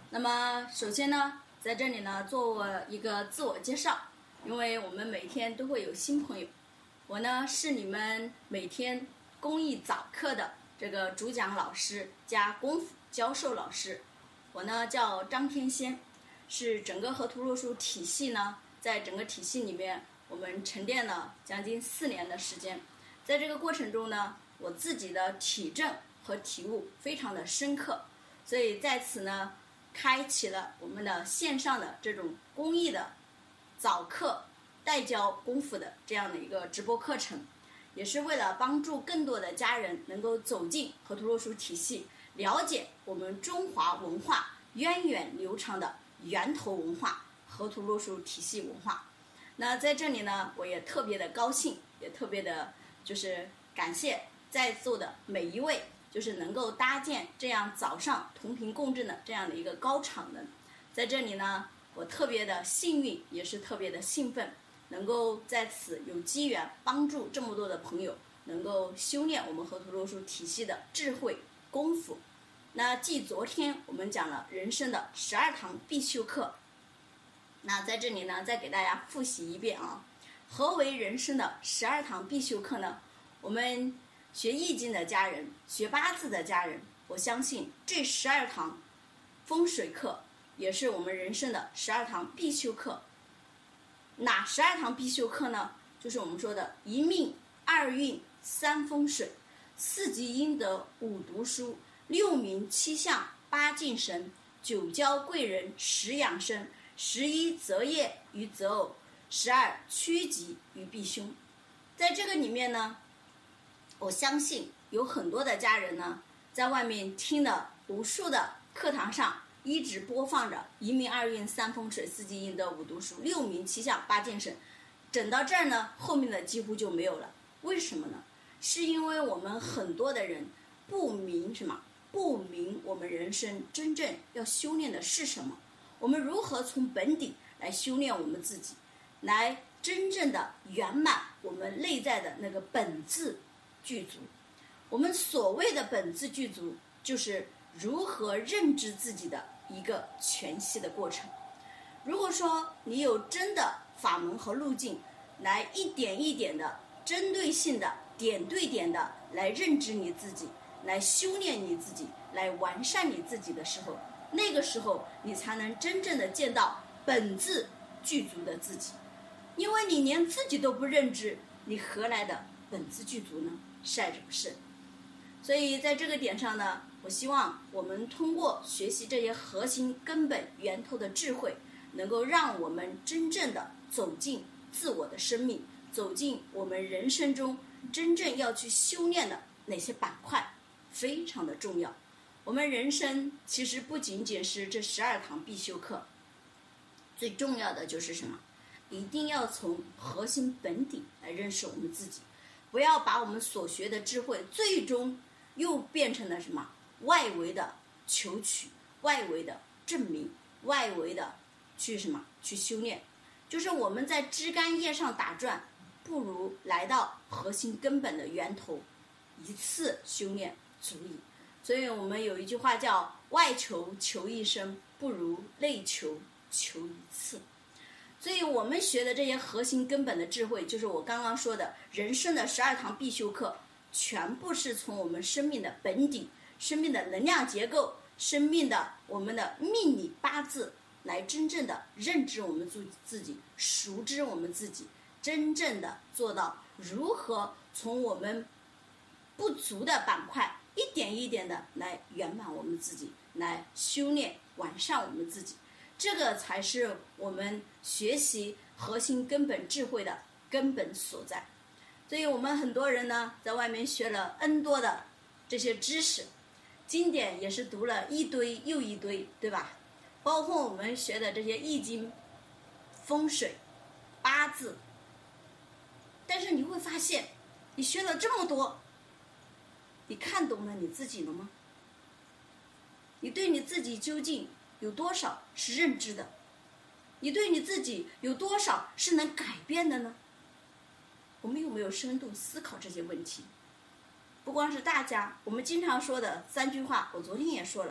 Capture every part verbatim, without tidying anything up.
那么首先呢，在这里呢做一个自我介绍，因为我们每天都会有新朋友。我呢是你们每天公益早课的这个主讲老师加功夫教授老师。我呢叫张天仙，是整个河图洛书体系呢，在整个体系里面我们沉淀了将近四年的时间。在这个过程中呢，我自己的体证和体悟非常的深刻，所以在此呢开启了我们的线上的这种公益的早课代教功夫的这样的一个直播课程，也是为了帮助更多的家人能够走进河图洛书体系，了解我们中华文化源远流长的源头文化河图洛书体系文化。那在这里呢，我也特别的高兴，也特别的就是感谢在座的每一位，就是能够搭建这样早上同频共振的这样的一个高场能。在这里呢，我特别的幸运，也是特别的兴奋，能够在此有机缘帮助这么多的朋友能够修炼我们河图洛书体系的智慧功夫。那继昨天我们讲了人生的十二堂必修课，那在这里呢再给大家复习一遍啊。何为人生的十二堂必修课呢？我们学易经的家人，学八字的家人，我相信这十二堂风水课也是我们人生的十二堂必修课。哪十二堂必修课呢？就是我们说的一命二运三风水，四积阴德五读书，六名七相八敬神，九交贵人十养生，十一择业与择偶，十二趋吉与避凶。在这个里面呢，我相信有很多的家人呢，在外面听了无数的课堂上一直播放着一命二运三风水四积阴德五读书六名七相八敬神，整到这儿呢，后面的几乎就没有了。为什么呢？是因为我们很多的人不明什么，不明我们人生真正要修炼的是什么，我们如何从本底来修炼我们自己，来真正的圆满我们内在的那个本自具足。我们所谓的本自具足，就是如何认知自己的一个全息的过程。如果说你有真的法门和路径，来一点一点的针对性的点对点的来认知你自己，来修炼你自己，来完善你自己的时候，那个时候你才能真正的见到本自具足的自己。因为你连自己都不认知，你何来的本自具足呢？是还是不是？所以在这个点上呢，我希望我们通过学习这些核心根本源头的智慧，能够让我们真正的走进自我的生命，走进我们人生中真正要去修炼的哪些板块，非常的重要。我们人生其实不仅仅是这十二堂必修课，最重要的就是什么？一定要从核心本底来认识我们自己，不要把我们所学的智慧最终又变成了什么？外围的求取，外围的证明，外围的去什么？去修炼。就是我们在枝干叶上打转，不如来到核心根本的源头，一次修炼足矣。所以我们有一句话叫外求求一生，不如内求求一次。所以我们学的这些核心根本的智慧，就是我刚刚说的人生的十二堂必修课，全部是从我们生命的本底，生命的能量结构，生命的我们的命理八字，来真正的认知我们自己，熟知我们自己，真正的做到如何从我们不足的板块一点一点的来圆满我们自己，来修炼完善我们自己。这个才是我们学习核心根本智慧的根本所在。所以我们很多人呢，在外面学了 N 多的这些知识，经典也是读了一堆又一堆，对吧？包括我们学的这些易经、风水、八字，但是你会发现，你学了这么多，你看懂了你自己了吗？你对你自己究竟有多少是认知的？你对你自己有多少是能改变的呢？我们有没有深度思考这些问题？不光是大家，我们经常说的三句话，我昨天也说了，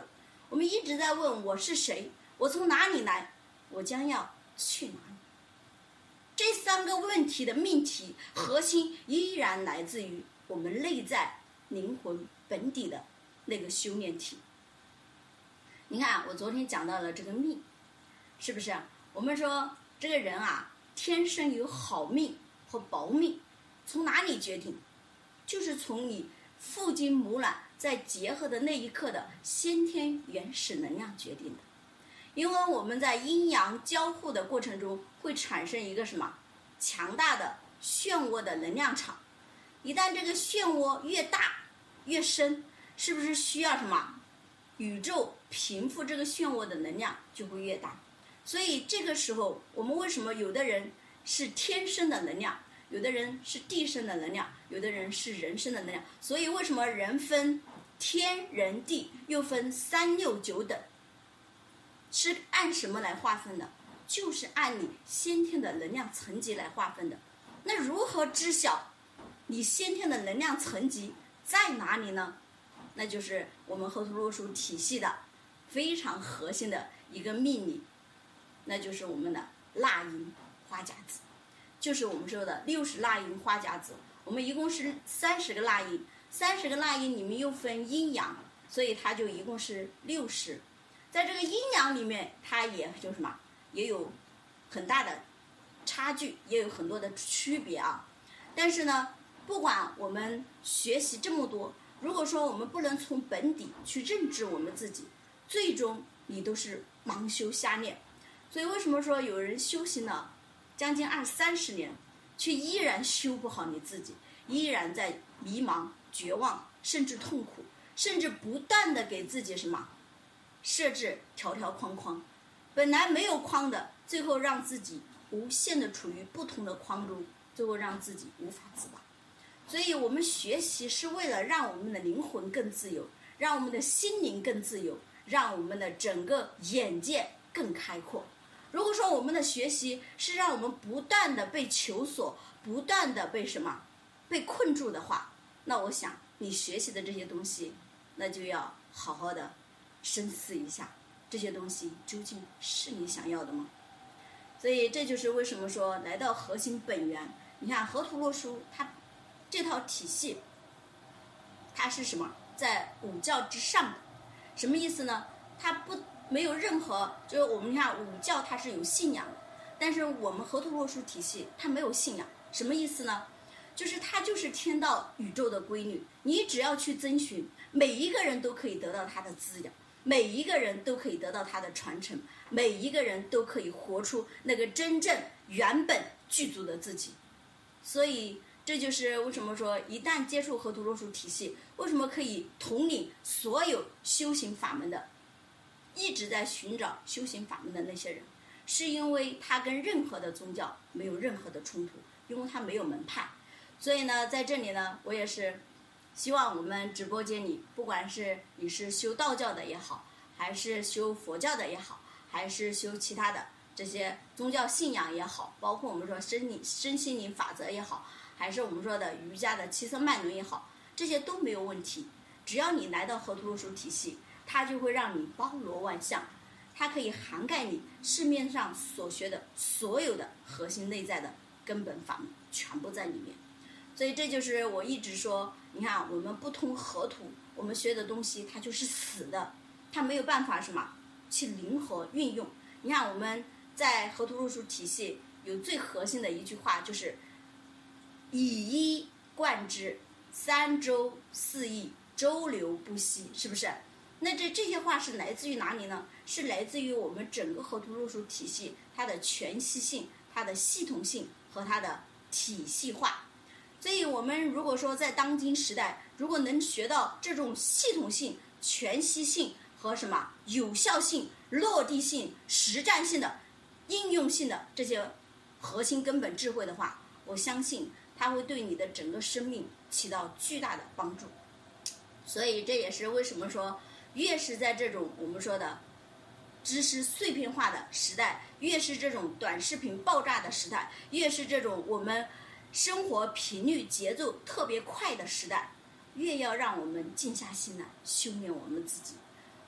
我们一直在问我是谁，我从哪里来，我将要去哪里。这三个问题的命题核心依然来自于我们内在灵魂本底的那个修炼体。你看，我昨天讲到了这个命，是不是？我们说这个人啊，天生有好命和薄命，从哪里决定？就是从你父精母卵在结合的那一刻的先天原始能量决定的。因为我们在阴阳交互的过程中会产生一个什么强大的漩涡的能量场，一旦这个漩涡越大越深，是不是需要什么宇宙平复这个漩涡的能量就会越大？所以这个时候我们为什么有的人是天生的能量，有的人是地生的能量，有的人是人生的能量？所以为什么人分天人地，又分三六九等，是按什么来划分的？就是按你先天的能量层级来划分的。那如何知晓你先天的能量层级在哪里呢？那就是我们河图洛书体系的非常核心的一个秘密，那就是我们的纳音花甲子，就是我们说的六十纳音花甲子。我们一共是三十个纳音，三十个纳音里面又分阴阳，所以它就一共是六十。在这个阴阳里面，它也就什么，也有很大的差距，也有很多的区别啊。但是呢，不管我们学习这么多，如果说我们不能从本底去认知我们自己，最终你都是盲修瞎练。所以为什么说有人修行了将近二三十年，却依然修不好你自己，依然在迷茫、绝望，甚至痛苦，甚至不断的给自己什么设置条条框框，本来没有框的，最后让自己无限的处于不同的框中，最后让自己无法自拔。所以我们学习是为了让我们的灵魂更自由，让我们的心灵更自由，让我们的整个眼界更开阔。如果说我们的学习是让我们不断的被求索，不断的被什么被困住的话，那我想你学习的这些东西，那就要好好的深思一下，这些东西究竟是你想要的吗？所以这就是为什么说来到核心本源。你看河图洛书它这套体系，它是什么？在五教之上的。什么意思呢？它不没有任何，就是我们看五教它是有信仰的，但是我们河图洛书体系它没有信仰。什么意思呢？就是它就是天道宇宙的规律，你只要去遵循，每一个人都可以得到它的滋养，每一个人都可以得到它的传承，每一个人都可以活出那个真正原本具足的自己。所以这就是为什么说一旦接触河图洛书体系，为什么可以统领所有修行法门的，一直在寻找修行法门的那些人，是因为他跟任何的宗教没有任何的冲突，因为他没有门派。所以呢，在这里呢，我也是希望我们直播间里，不管是你是修道教的也好，还是修佛教的也好，还是修其他的这些宗教信仰也好，包括我们说身理身心灵法则也好，还是我们说的瑜伽的七色脉轮也好，这些都没有问题。只要你来到河图洛书体系，它就会让你包罗万象，它可以涵盖你市面上所学的所有的核心内在的根本法门，全部在里面。所以这就是我一直说，你看我们不通河图，我们学的东西它就是死的，它没有办法什么去灵活运用。你看我们在河图洛书体系有最核心的一句话，就是以一贯之，三周四易，周流不息，是不是？那这这些话是来自于哪里呢？是来自于我们整个河图洛书体系它的全息性、它的系统性和它的体系化。所以我们如果说在当今时代，如果能学到这种系统性、全息性和什么有效性、落地性、实战性的应用性的这些核心根本智慧的话，我相信它会对你的整个生命起到巨大的帮助。所以这也是为什么说越是在这种我们说的知识碎片化的时代，越是这种短视频爆炸的时代，越是这种我们生活频率节奏特别快的时代，越要让我们静下心来修炼我们自己。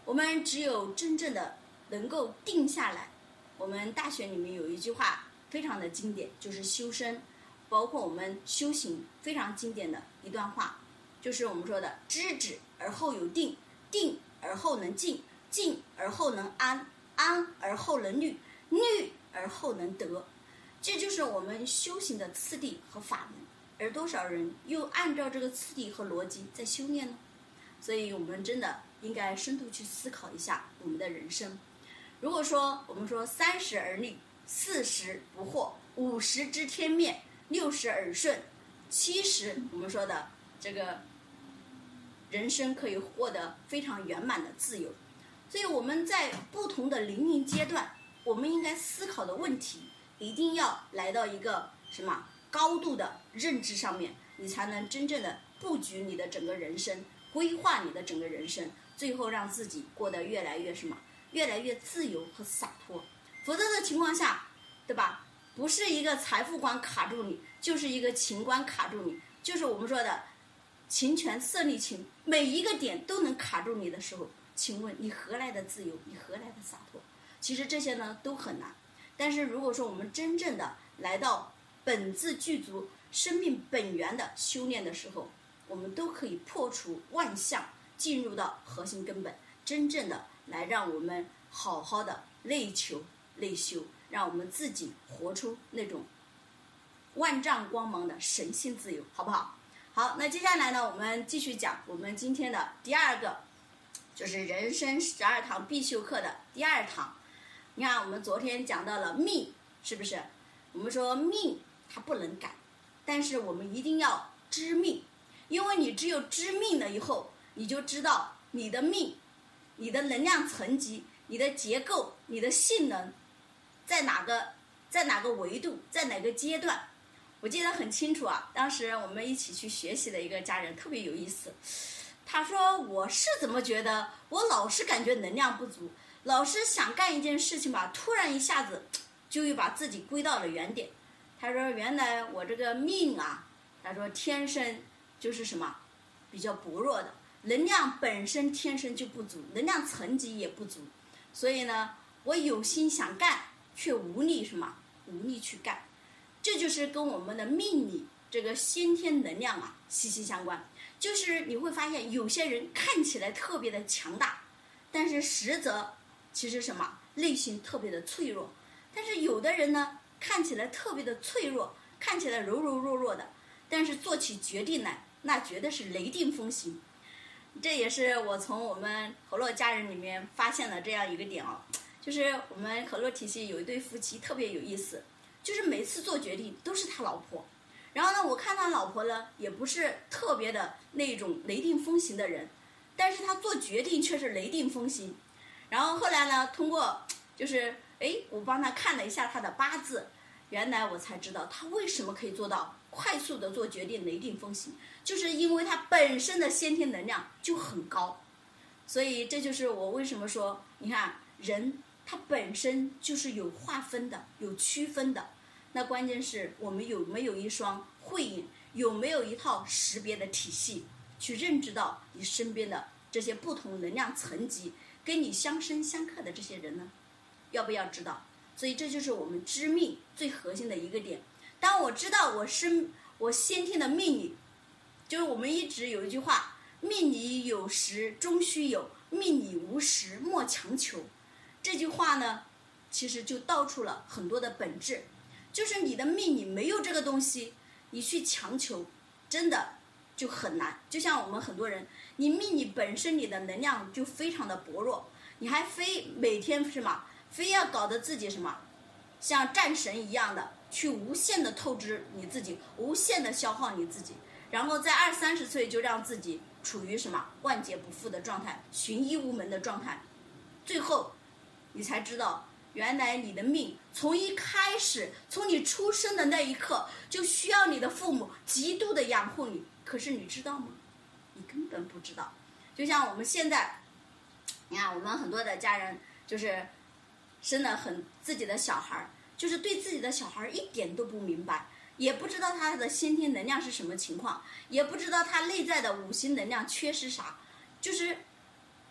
我们只有真正的能够定下来。我们大学里面有一句话非常的经典，就是修身，包括我们修行非常经典的一段话，就是我们说的知止而后有定，定而后能静，静而后能安，安而后能虑，虑而后能得。这就是我们修行的次第和法门，而多少人又按照这个次第和逻辑在修炼呢？所以我们真的应该深度去思考一下我们的人生。如果说我们说三十而立，四十不惑，五十知天命，六十耳顺，七十我们说的这个人生可以获得非常圆满的自由。所以我们在不同的年龄阶段，我们应该思考的问题一定要来到一个什么高度的认知上面，你才能真正的布局你的整个人生，规划你的整个人生，最后让自己过得越来越什么越来越自由和洒脱。否则的情况下，对吧，不是一个财富观卡住你，就是一个情观卡住你，就是我们说的情权色力情，每一个点都能卡住你的时候，请问你何来的自由，你何来的洒脱？其实这些呢都很难。但是如果说我们真正的来到本自具足生命本源的修炼的时候，我们都可以破除万象，进入到核心根本，真正的来让我们好好的内求内修，让我们自己活出那种万丈光芒的神性自由，好不好？好，那接下来呢，我们继续讲我们今天的第二个，就是人生十二堂必修课的第二堂。你看我们昨天讲到了命，是不是？我们说命它不能改，但是我们一定要知命，因为你只有知命了以后，你就知道你的命，你的能量层级，你的结构，你的性能在哪个在哪个维度，在哪个阶段。我记得很清楚啊，当时我们一起去学习的一个家人特别有意思，他说我是怎么觉得我老是感觉能量不足，老是想干一件事情吧，突然一下子就又把自己归到了原点。他说原来我这个命啊，他说天生就是什么比较薄弱的，能量本身天生就不足，能量层级也不足，所以呢我有心想干，却无力什么无力去干。这就是跟我们的命理这个先天能量啊息息相关。就是你会发现有些人看起来特别的强大，但是实则其实什么内心特别的脆弱。但是有的人呢看起来特别的脆弱，看起来柔柔弱弱的，但是做起决定来那绝对是雷电风行。这也是我从我们河洛家人里面发现了这样一个点哦，就是我们河洛体系有一对夫妻特别有意思，就是每次做决定都是他老婆，然后呢我看他老婆呢也不是特别的那种雷电风行的人，但是他做决定却是雷电风行。然后后来呢通过就是哎我帮他看了一下他的八字，原来我才知道他为什么可以做到快速的做决定雷电风行，就是因为他本身的先天能量就很高。所以这就是我为什么说你看人它本身就是有划分的，有区分的，那关键是我们有没有一双慧眼，有没有一套识别的体系，去认知到你身边的这些不同能量层级跟你相生相克的这些人呢？要不要知道？所以这就是我们知命最核心的一个点。当我知道我生我先天的命理，就是我们一直有一句话，命里有时终须有，命里无时莫强求。这句话呢其实就道出了很多的本质，就是你的命里没有这个东西，你去强求真的就很难。就像我们很多人，你命里本身你的能量就非常的薄弱，你还非每天什么非要搞得自己什么像战神一样的去无限的透支你自己，无限的消耗你自己，然后在二三十岁就让自己处于什么万劫不复的状态，寻医无门的状态，最后你才知道原来你的命从一开始，从你出生的那一刻就需要你的父母极度的养护你，可是你知道吗？你根本不知道。就像我们现在你看我们很多的家人就是生了很自己的小孩，就是对自己的小孩一点都不明白，也不知道他的先天能量是什么情况，也不知道他内在的五行能量缺失啥，就是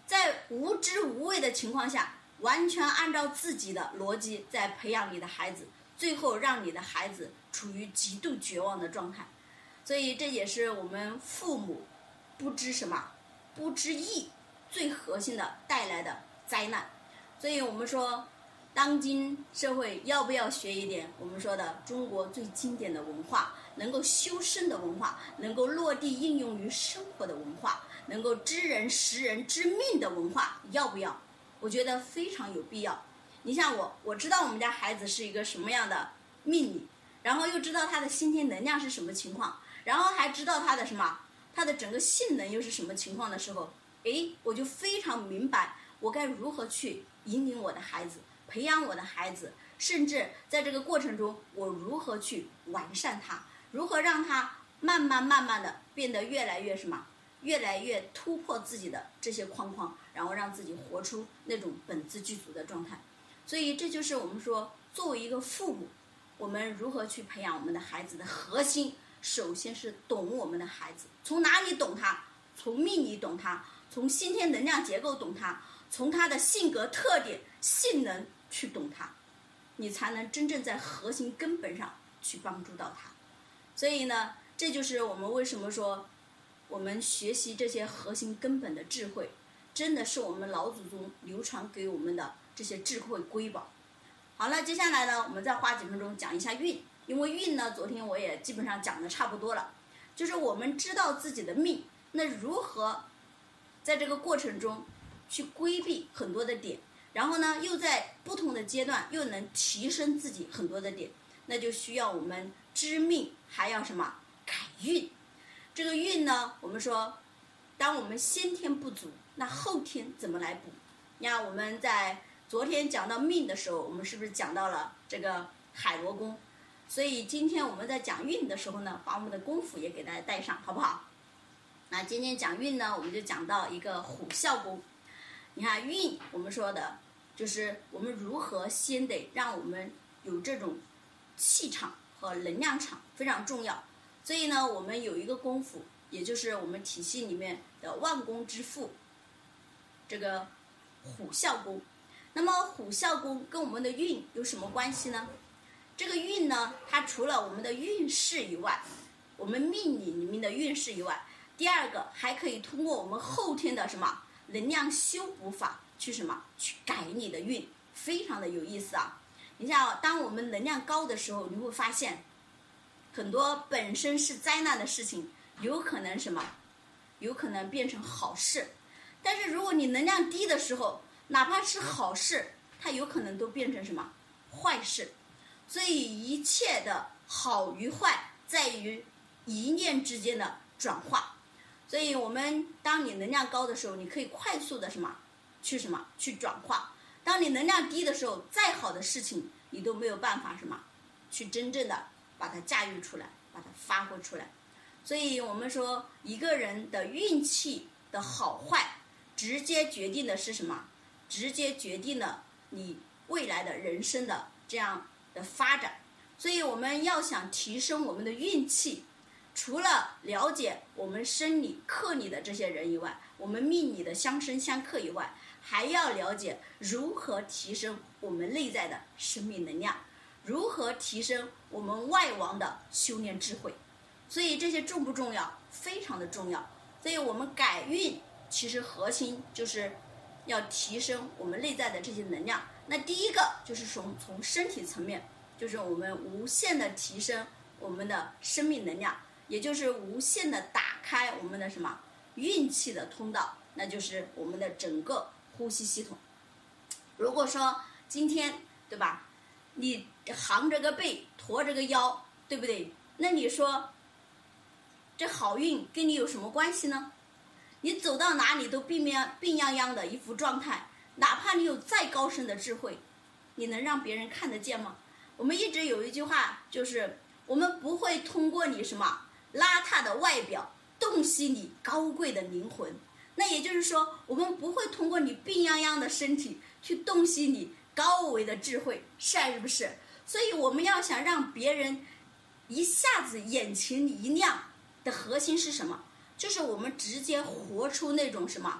在无知无畏的情况下，完全按照自己的逻辑在培养你的孩子，最后让你的孩子处于极度绝望的状态。所以这也是我们父母不知什么不知义最核心的带来的灾难。所以我们说当今社会要不要学一点我们说的中国最经典的文化，能够修身的文化，能够落地应用于生活的文化，能够知人识人知命的文化，要不要？我觉得非常有必要。你像我我知道我们家孩子是一个什么样的命理，然后又知道他的先天能量是什么情况，然后还知道他的什么他的整个性能又是什么情况的时候，诶，我就非常明白我该如何去引领我的孩子，培养我的孩子，甚至在这个过程中我如何去完善他，如何让他慢慢慢慢的变得越来越什么越来越突破自己的这些框框，然后让自己活出那种本自具足的状态。所以这就是我们说作为一个父母，我们如何去培养我们的孩子的核心，首先是懂我们的孩子。从哪里懂他？从命理懂他，从先天能量结构懂他，从他的性格特点性能去懂他，你才能真正在核心根本上去帮助到他。所以呢，这就是我们为什么说我们学习这些核心根本的智慧，真的是我们老祖宗流传给我们的这些智慧瑰宝。好了，接下来呢，我们再花几分钟讲一下运。因为运呢，昨天我也基本上讲的差不多了，就是我们知道自己的命，那如何在这个过程中去规避很多的点，然后呢又在不同的阶段又能提升自己很多的点，那就需要我们知命还要什么改运。这个运呢，我们说当我们先天不足，那后天怎么来补？你看我们在昨天讲到命的时候，我们是不是讲到了这个海螺功？所以今天我们在讲运的时候呢，把我们的功夫也给大家带上，好不好？那今天讲运呢，我们就讲到一个虎啸功。你看运，我们说的就是我们如何先得让我们有这种气场和能量场，非常重要。所以呢，我们有一个功夫，也就是我们体系里面的万功之父，这个虎啸功。那么虎啸功跟我们的运有什么关系呢？这个运呢，它除了我们的运势以外，我们命理里面的运势以外，第二个还可以通过我们后天的什么能量修补法去什么去改你的运，非常的有意思啊。你像当我们能量高的时候，你会发现很多本身是灾难的事情有可能什么有可能变成好事，但是如果你能量低的时候，哪怕是好事它有可能都变成什么坏事。所以一切的好与坏在于一念之间的转化。所以我们当你能量高的时候，你可以快速的什么去什么去转化。当你能量低的时候，再好的事情你都没有办法什么去真正的把它驾驭出来，把它发挥出来。所以我们说一个人的运气的好坏直接决定的是什么？直接决定了你未来的人生的这样的发展。所以我们要想提升我们的运气，除了了解我们生理克你的这些人以外，我们命理的相生相克以外，还要了解如何提升我们内在的生命能量，如何提升我们外王的修炼智慧。所以这些重不重要？非常的重要。所以我们改运其实核心就是要提升我们内在的这些能量。那第一个就是从从身体层面，就是我们无限的提升我们的生命能量，也就是无限的打开我们的什么运气的通道，那就是我们的整个呼吸系统。如果说今天对吧，你昂着个背驼着个腰，对不对？那你说这好运跟你有什么关系呢？你走到哪里都病病病殃殃的一副状态，哪怕你有再高深的智慧，你能让别人看得见吗？我们一直有一句话，就是我们不会通过你什么邋遢的外表洞悉你高贵的灵魂。那也就是说，我们不会通过你病殃殃的身体去洞悉你高维的智慧，是还是不是？所以我们要想让别人一下子眼前一亮的核心是什么？就是我们直接活出那种什么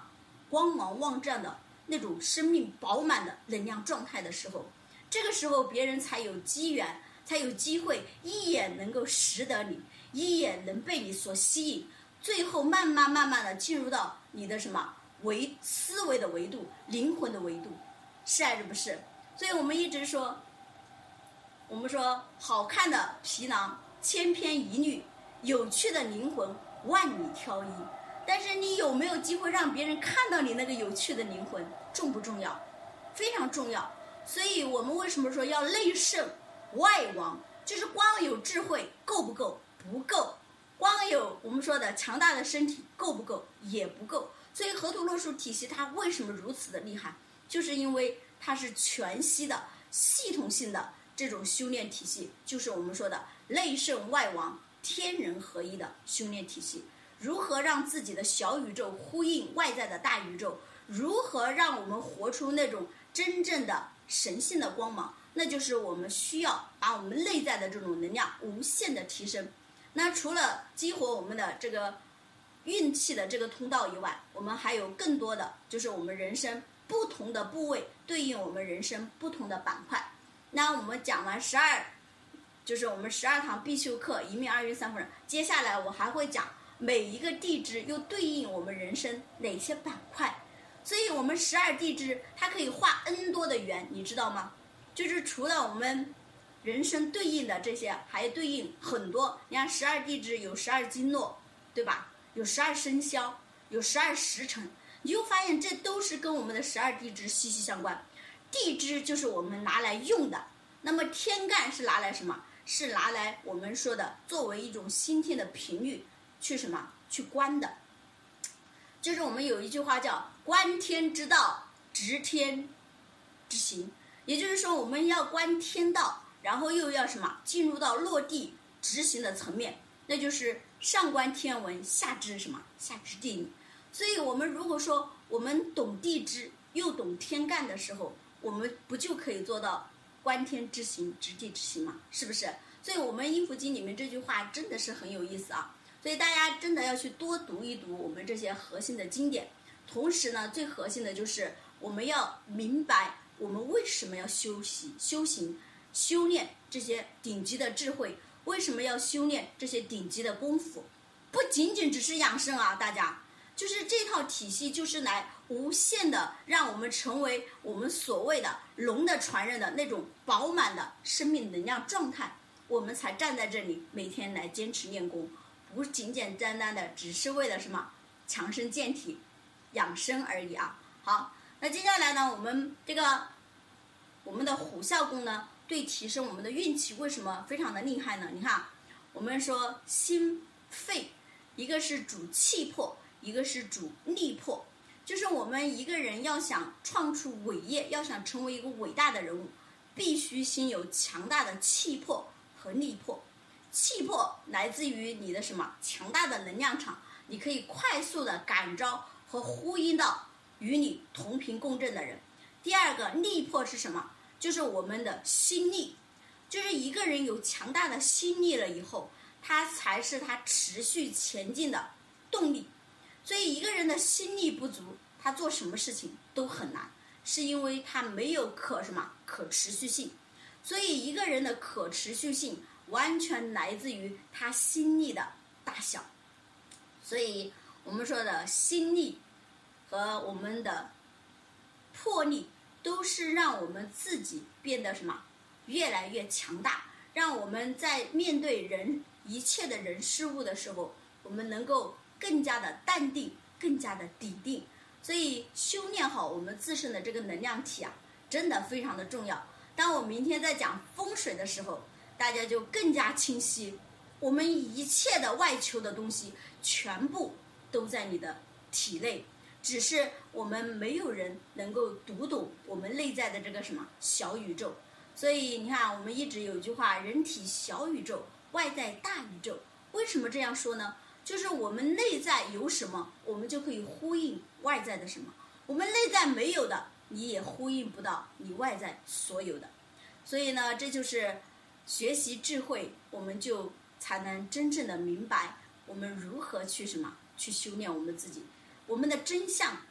光芒万丈的那种生命饱满的能量状态的时候，这个时候别人才有机缘，才有机会一眼能够识得你，一眼能被你所吸引，最后慢慢慢慢的进入到你的什么维思维的维度，灵魂的维度，是还是不是？所以我们一直说，我们说好看的皮囊千篇一律，有趣的灵魂万里挑一。但是你有没有机会让别人看到你那个有趣的灵魂，重不重要？非常重要。所以我们为什么说要内圣外王？就是光有智慧够不够？不够。光有我们说的强大的身体够不够？也不够。所以河图洛书体系它为什么如此的厉害？就是因为它是全息的、系统性的这种修炼体系，就是我们说的内圣外王、天人合一的修炼体系。如何让自己的小宇宙呼应外在的大宇宙？如何让我们活出那种真正的神性的光芒？那就是我们需要把我们内在的这种能量无限的提升。那除了激活我们的这个运气的这个通道以外，我们还有更多的，就是我们人生不同的部位对应我们人生不同的板块。那我们讲完十二，就是我们十二堂必修课一命二运三丰人，接下来我还会讲每一个地支又对应我们人生哪些板块。所以我们十二地支它可以画 N 多的圆，你知道吗？就是除了我们人生对应的这些，还对应很多。你看十二地支有十二经络，对吧？有十二生肖，有十二时辰，你就发现这都是跟我们的十二地支息息相关。地支就是我们拿来用的，那么天干是拿来什么？是拿来我们说的作为一种心天的频率去什么？去观的。就是我们有一句话叫观天之道，执天之行，也就是说我们要观天道，然后又要什么？进入到落地执行的层面，那就是上观天文，下知什么？下知地理。所以我们如果说我们懂地支又懂天干的时候，我们不就可以做到观天之行，执地之行吗？是不是？所以我们阴符经里面这句话真的是很有意思啊。所以大家真的要去多读一读我们这些核心的经典，同时呢，最核心的就是我们要明白我们为什么要修习、修行、修炼这些顶级的智慧，为什么要修炼这些顶级的功夫，不仅仅只是养生啊，大家，就是这套体系就是来无限的让我们成为我们所谓的龙的传人的那种饱满的生命能量状态，我们才站在这里每天来坚持练功。不简简单单的只是为了什么强身健体养生而已啊。好，那接下来呢，我们这个我们的虎啸宫呢，对提升我们的运气为什么非常的厉害呢？你看我们说心肺，一个是主气魄，一个是主力魄，就是我们一个人要想创出伟业，要想成为一个伟大的人物，必须心有强大的气魄和力魄。气魄来自于你的什么强大的能量场，你可以快速的感召和呼应到与你同频共振的人。第二个力魄是什么？就是我们的心力，就是一个人有强大的心力了以后，他才是他持续前进的动力。所以一个人的心力不足，他做什么事情都很难，是因为他没有可什么可持续性。所以一个人的可持续性完全来自于他心力的大小。所以我们说的心力和我们的魄力都是让我们自己变得什么越来越强大，让我们在面对人一切的人事物的时候，我们能够更加的淡定，更加的笃定。所以修炼好我们自身的这个能量体啊，真的非常的重要。当我明天在讲风水的时候，大家就更加清晰，我们一切的外求的东西全部都在你的体内，只是我们没有人能够读懂我们内在的这个什么小宇宙。所以你看我们一直有一句话，人体小宇宙，外在大宇宙。为什么这样说呢？就是我们内在有什么，我们就可以呼应外在的什么，我们内在没有的，你也呼应不到你外在所有的。所以呢，这就是学习智慧，我们就才能真正的明白我们如何去什么去修炼我们自己。我们的真相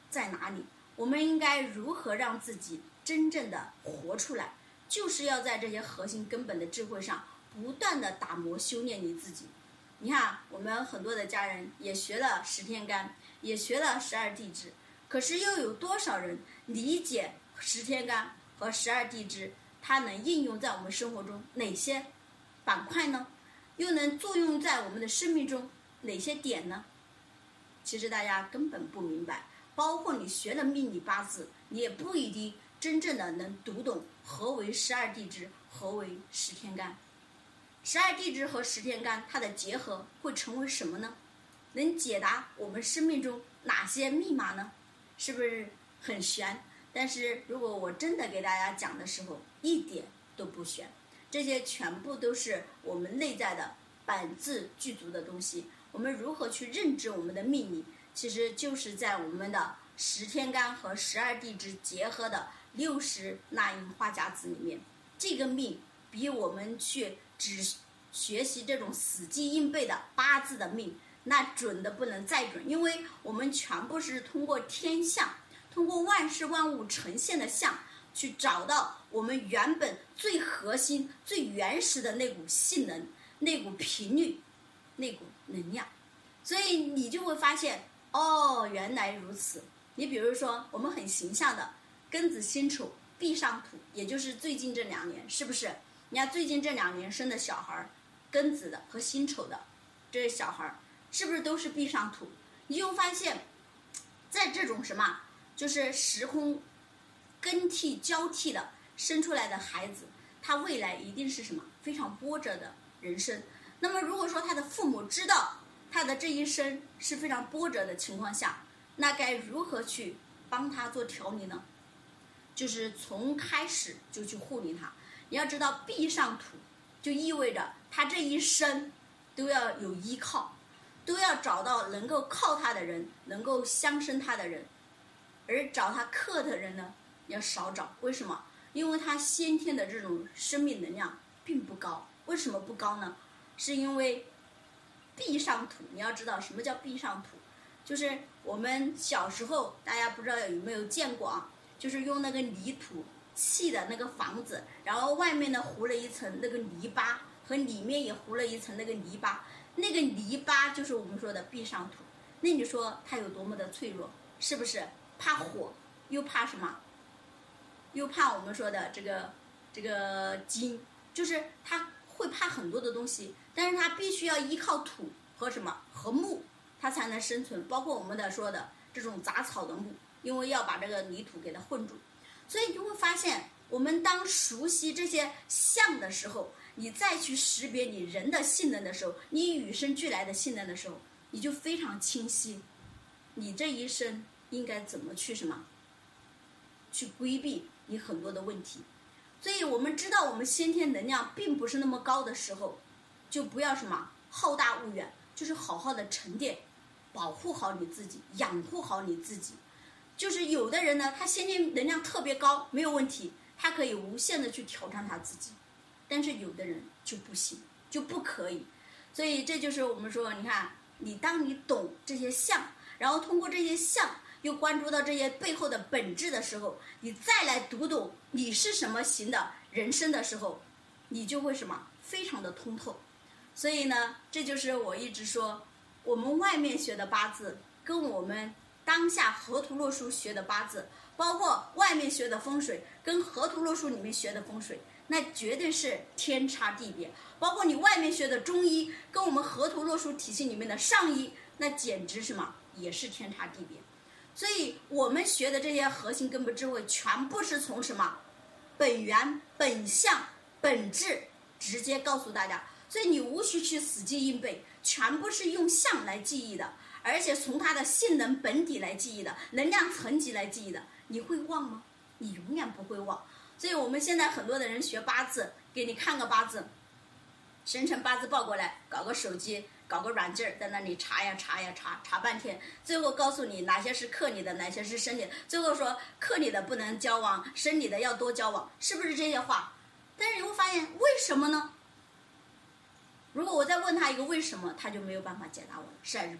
在哪里，我们应该如何让自己真正的活出来，就是要在这些核心根本的智慧上不断的打磨修炼你自己。你看我们很多的家人也学了十天干，也学了十二地支，可是又有多少人理解十天干和十二地支它能应用在我们生活中哪些板块呢？又能作用在我们的生命中哪些点呢？其实大家根本不明白，包括你学了命理八字，你也不一定真正的能读懂何为十二地支，何为十天干。十二地支和十天干它的结合会成为什么呢？能解答我们生命中哪些密码呢？是不是很玄？但是如果我真的给大家讲的时候，一点都不玄，这些全部都是我们内在的本质具足的东西。我们如何去认知我们的命理，其实就是在我们的十天干和十二地支结合的六十纳音花甲子里面，这个命比我们去只学习这种死记硬背的八字的命那准的不能再准，因为我们全部是通过天象，通过万事万物呈现的象，去找到我们原本最核心最原始的那股性能，那股频率，那股能量。所以你就会发现，哦，原来如此。你比如说我们很形象的庚子辛丑壁上土，也就是最近这两年，是不是你看最近这两年生的小孩，庚子的和辛丑的这些小孩是不是都是壁上土？你就发现在这种什么就是时空更替交替的生出来的孩子，他未来一定是什么非常波折的人生。那么如果说他的父母知道他的这一生是非常波折的情况下，那该如何去帮他做调理呢？就是从开始就去护理他。你要知道壁上土就意味着他这一生都要有依靠，都要找到能够靠他的人，能够相生他的人，而找他克的人呢要少找。为什么？因为他先天的这种生命能量并不高。为什么不高呢？是因为壁上土。你要知道什么叫壁上土，就是我们小时候大家不知道有没有见过啊，就是用那个泥土砌的那个房子，然后外面呢糊了一层那个泥巴，和里面也糊了一层那个泥巴，那个泥巴就是我们说的壁上土。那你说它有多么的脆弱，是不是？怕火，又怕什么？又怕我们说的这个这个金，就是它会怕很多的东西，但是它必须要依靠土和什么和木，它才能生存。包括我们的说的这种杂草的木，因为要把这个泥土给它混住。所以你就会发现，我们当熟悉这些象的时候，你再去识别你人的性能的时候，你与生俱来的性能的时候，你就非常清晰，你这一生应该怎么去什么去规避你很多的问题。所以我们知道我们先天能量并不是那么高的时候，就不要什么好大骛远，就是好好的沉淀，保护好你自己，养护好你自己。就是有的人呢，他先天能量特别高，没有问题，他可以无限的去挑战他自己，但是有的人就不行，就不可以。所以这就是我们说，你看你当你懂这些象，然后通过这些象又关注到这些背后的本质的时候，你再来读懂你是什么型的人生的时候，你就会什么非常的通透。所以呢，这就是我一直说，我们外面学的八字跟我们当下河图洛书学的八字，包括外面学的风水跟河图洛书里面学的风水，那绝对是天差地别。包括你外面学的中医跟我们河图洛书体系里面的上医，那简直什么也是天差地别。所以我们学的这些核心根本智慧，全部是从什么本源本相本质直接告诉大家。所以你无需去死记硬背，全部是用相来记忆的，而且从它的性能本底来记忆的，能量层级来记忆的。你会忘吗？你永远不会忘。所以我们现在很多的人学八字，给你看个八字，生辰八字报过来，搞个手机搞个软件在那里查呀查呀查查半天，最后告诉你哪些是克你的，哪些是生你的，最后说克你的不能交往，生你的要多交往，是不是这些话？但是你会发现为什么呢？如果我再问他一个为什么，他就没有办法解答我了，是还是不是？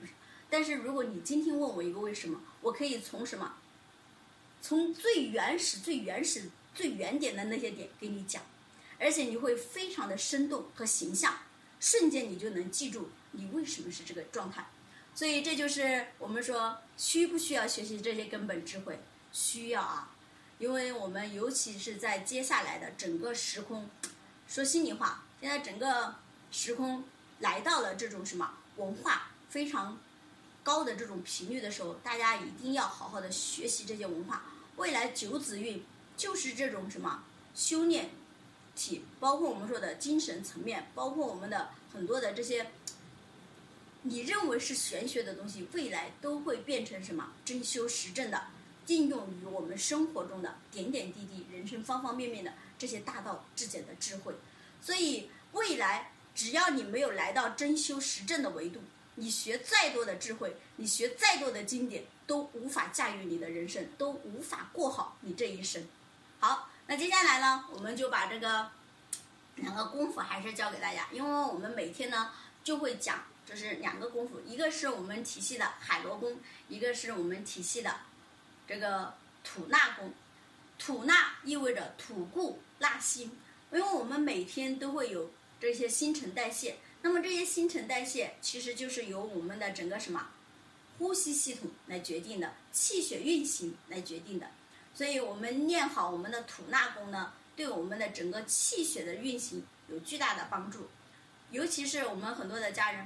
但是如果你今天问我一个为什么，我可以从什么？从最原始、最原始、最原点的那些点给你讲，而且你会非常的生动和形象，瞬间你就能记住你为什么是这个状态。所以这就是我们说需不需要学习这些根本智慧？需要啊，因为我们尤其是在接下来的整个时空，说心里话，现在整个时空来到了这种什么文化非常高的这种频率的时候，大家一定要好好的学习这些文化。未来九子运就是这种什么修炼体，包括我们说的精神层面，包括我们的很多的这些你认为是玄学的东西，未来都会变成什么真修实证的，应用于我们生活中的点点滴滴，人生方方面面的这些大道至简的智慧。所以未来只要你没有来到真修实证的维度，你学再多的智慧，你学再多的经典，都无法驾驭你的人生，都无法过好你这一生。好，那接下来呢，我们就把这个两个功夫还是教给大家，因为我们每天呢就会讲，就是两个功夫，一个是我们体系的海螺功，一个是我们体系的这个吐纳功。吐纳意味着吐故纳新，因为我们每天都会有这些新陈代谢，那么这些新陈代谢其实就是由我们的整个什么呼吸系统来决定的，气血运行来决定的。所以我们练好我们的吐纳功呢，对我们的整个气血的运行有巨大的帮助。尤其是我们很多的家人，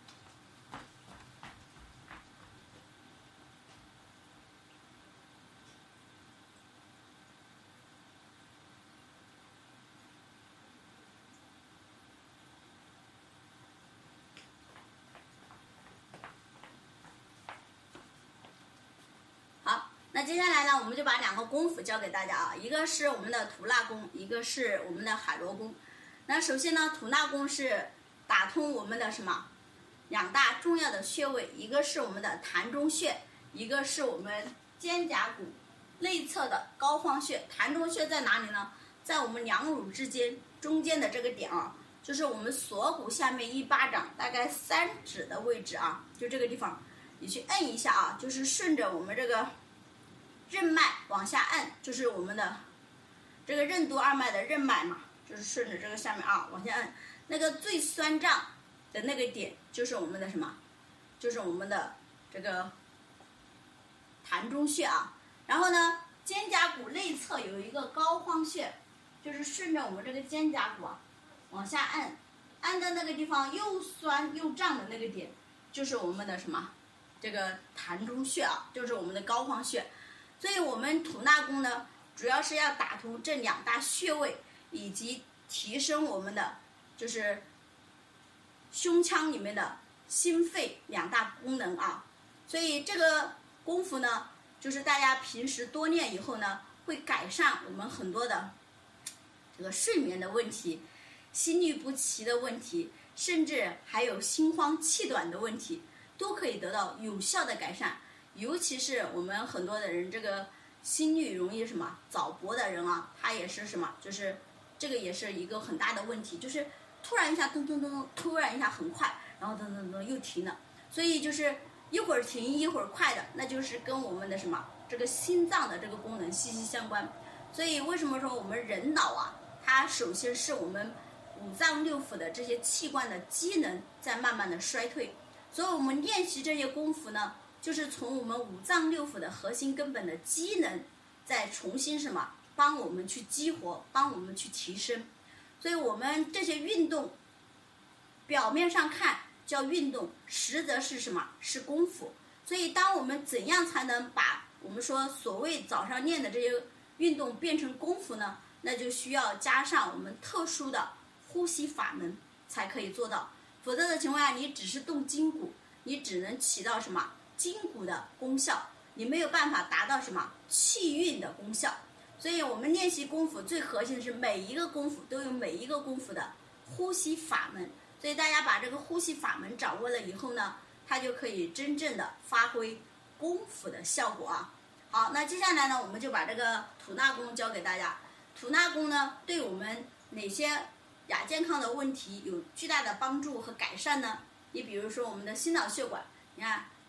那接下来呢，我们就把两个功夫教给大家啊，一个是我们的吐纳功，一个是我们的海螺功。那首先呢，吐纳功是打通我们的什么两大重要的穴位，一个是我们的膻中穴，一个是我们肩胛骨内侧的膏肓穴。膻中穴在哪里呢？在我们两乳之间中间的这个点啊，就是我们锁骨下面一巴掌大概三指的位置啊，就这个地方，你去摁一下啊，就是顺着我们这个任脉往下按，就是我们的这个任督二脉的任脉嘛，就是顺着这个下面啊往下按，那个最酸胀的那个点就是我们的什么，就是我们的这个膻中穴啊。然后呢，肩胛骨内侧有一个膏肓穴，就是顺着我们这个肩胛骨啊往下按，按的那个地方又酸又胀的那个点，就是我们的什么这个膻中穴啊，就是我们的膏肓穴。所以我们吐纳功呢，主要是要打通这两大穴位，以及提升我们的就是胸腔里面的心肺两大功能啊。所以这个功夫呢，就是大家平时多练以后呢，会改善我们很多的这个睡眠的问题、心律不齐的问题，甚至还有心慌气短的问题，都可以得到有效的改善。尤其是我们很多的人，这个心率容易什么早搏的人啊，他也是什么，就是这个也是一个很大的问题，就是突然一下噔噔噔，突然一下很快，然后噔噔噔又停了，所以就是一会儿停一会儿快的，那就是跟我们的什么这个心脏的这个功能息息相关。所以为什么说我们人脑啊，它首先是我们五脏六腑的这些器官的机能在慢慢的衰退，所以我们练习这些功夫呢，就是从我们五脏六腑的核心根本的机能再重新什么帮我们去激活，帮我们去提升。所以我们这些运动表面上看叫运动，实则是什么是功夫。所以当我们怎样才能把我们说所谓早上练的这些运动变成功夫呢？那就需要加上我们特殊的呼吸法门才可以做到，否则的情况下你只是动筋骨，你只能起到什么筋骨的功效，你没有办法达到什么气运的功效。所以我们练习功夫最核心的是每一个功夫都有每一个功夫的呼吸法门，所以大家把这个呼吸法门掌握了以后呢，它就可以真正的发挥功夫的效果啊。好，那接下来呢，我们就把这个吐纳功教给大家。吐纳功呢，对我们哪些亚健康的问题有巨大的帮助和改善呢？你比如说我们的心脑血管，你看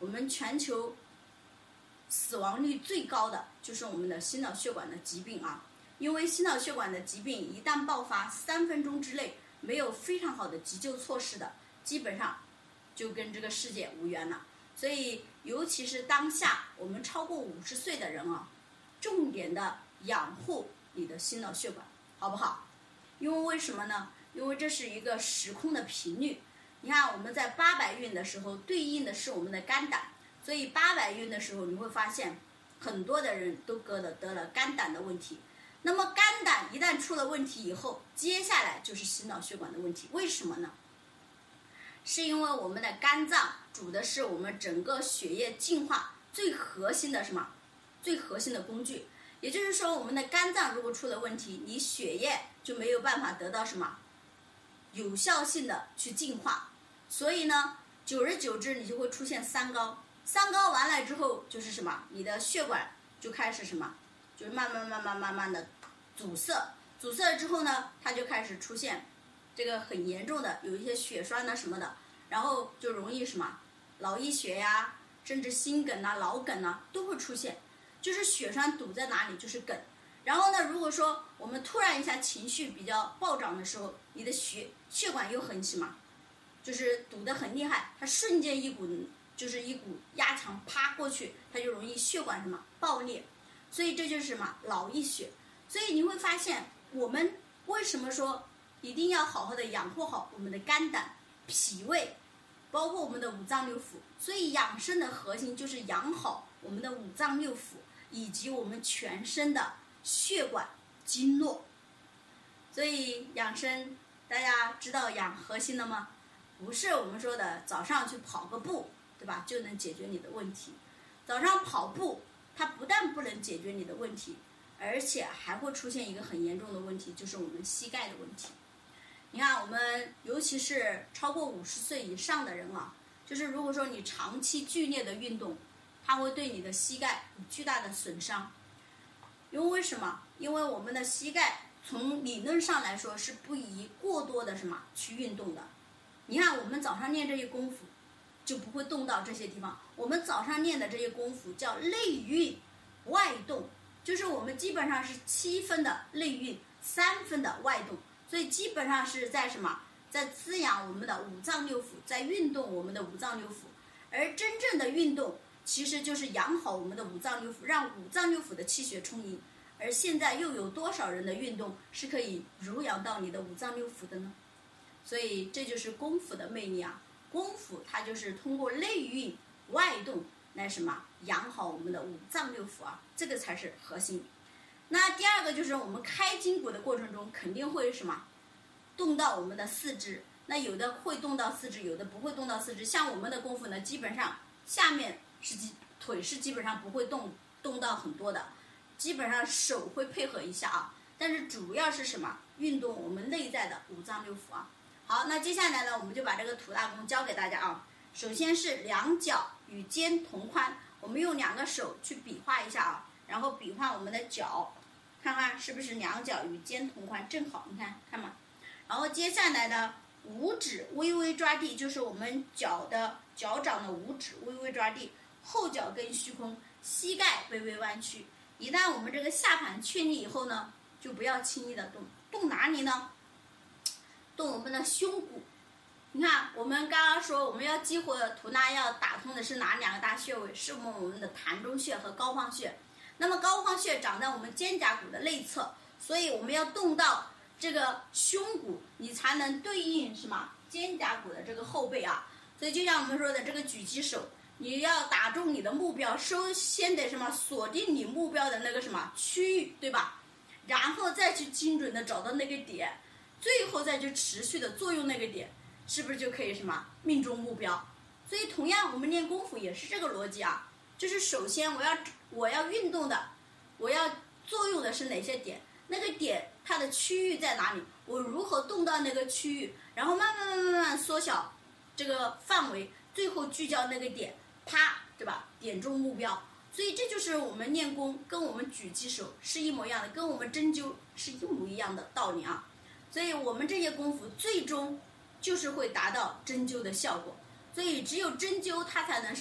我们全球死亡率最高的就是我们的心脑血管的疾病啊。因为心脑血管的疾病一旦爆发，三分钟之内没有非常好的急救措施的，基本上就跟这个世界无缘了。所以尤其是当下我们超过五十岁的人啊，重点的养护你的心脑血管，好不好？因为为什么呢？因为这是一个时空的频率。你看我们在八百运的时候对应的是我们的肝胆，所以八百运的时候你会发现很多的人都得了得了肝胆的问题。那么肝胆一旦出了问题以后，接下来就是心脑血管的问题。为什么呢？是因为我们的肝脏主的是我们整个血液净化最核心的什么？最核心的工具。也就是说，我们的肝脏如果出了问题，你血液就没有办法得到什么有效性的去净化。所以呢，久而久之你就会出现三高。三高完了之后就是什么？你的血管就开始什么？就是慢慢慢慢慢慢的阻塞，阻塞了之后呢，它就开始出现这个很严重的，有一些血栓啊什么的，然后就容易什么脑溢血呀，甚至心梗啊、脑梗啊都会出现。就是血栓堵在哪里就是梗。然后呢，如果说我们突然一下情绪比较暴涨的时候，你的血血管又很什么，就是堵得很厉害，它瞬间一股就是一股压强啪过去，它就容易血管什么爆裂。所以这就是什么脑溢血。所以你会发现，我们为什么说一定要好好的养护好我们的肝胆、脾胃，包括我们的五脏六腑。所以养生的核心就是养好我们的五脏六腑，以及我们全身的血管经络。所以养生，大家知道养核心了吗？不是我们说的早上去跑个步，对吧，就能解决你的问题。早上跑步它不但不能解决你的问题，而且还会出现一个很严重的问题，就是我们膝盖的问题。你看我们尤其是超过五十岁以上的人啊，就是如果说你长期剧烈的运动，它会对你的膝盖有巨大的损伤。因为为什么？因为我们的膝盖从理论上来说是不宜过多的什么去运动的。你看我们早上练这些功夫就不会动到这些地方。我们早上练的这些功夫叫内运外动，就是我们基本上是七分的内运，三分的外动。所以基本上是在什么？在滋养我们的五脏六腑，在运动我们的五脏六腑。而真正的运动其实就是养好我们的五脏六腑，让五脏六腑的气血充盈。而现在又有多少人的运动是可以濡养到你的五脏六腑的呢？所以这就是功夫的魅力啊！功夫它就是通过内运外动来什么养好我们的五脏六腑啊，这个才是核心。那第二个就是我们开筋骨的过程中肯定会什么动到我们的四肢，那有的会动到四肢，有的不会动到四肢。像我们的功夫呢，基本上下面是腿是基本上不会动动到很多的，基本上手会配合一下啊，但是主要是什么运动我们内在的五脏六腑啊。好，那接下来呢，我们就把这个土大功教给大家啊。首先是两脚与肩同宽，我们用两个手去比划一下啊，然后比划我们的脚，看看是不是两脚与肩同宽，正好，你看看嘛。然后接下来呢，五指微微抓地，就是我们脚的脚掌的五指微微抓地，后脚跟虚空，膝盖微微弯曲。一旦我们这个下盘确立以后呢，就不要轻易的动，动哪里呢？动我们的胸骨。你看我们刚刚说我们要激活的吐纳要打通的是哪两个大穴位？是我们我们的膻中穴和膏肓穴。那么膏肓穴长在我们肩胛骨的内侧，所以我们要动到这个胸骨，你才能对应什么肩胛骨的这个后背啊。所以就像我们说的这个举起手，你要打中你的目标，首先得什么锁定你目标的那个什么区域，对吧？然后再去精准的找到那个点，最后再去持续的作用那个点，是不是就可以什么命中目标？所以同样我们练功夫也是这个逻辑啊，就是首先我要我要运动的，我要作用的是哪些点，那个点它的区域在哪里，我如何动到那个区域，然后慢慢慢慢慢慢缩小这个范围，最后聚焦那个点，啪，对吧？点中目标。所以这就是我们练功跟我们举起手是一模一样的，跟我们针灸是一模一样的道理啊。所以我们这些功夫最终就是会达到针灸的效果。所以只有针灸它才能什么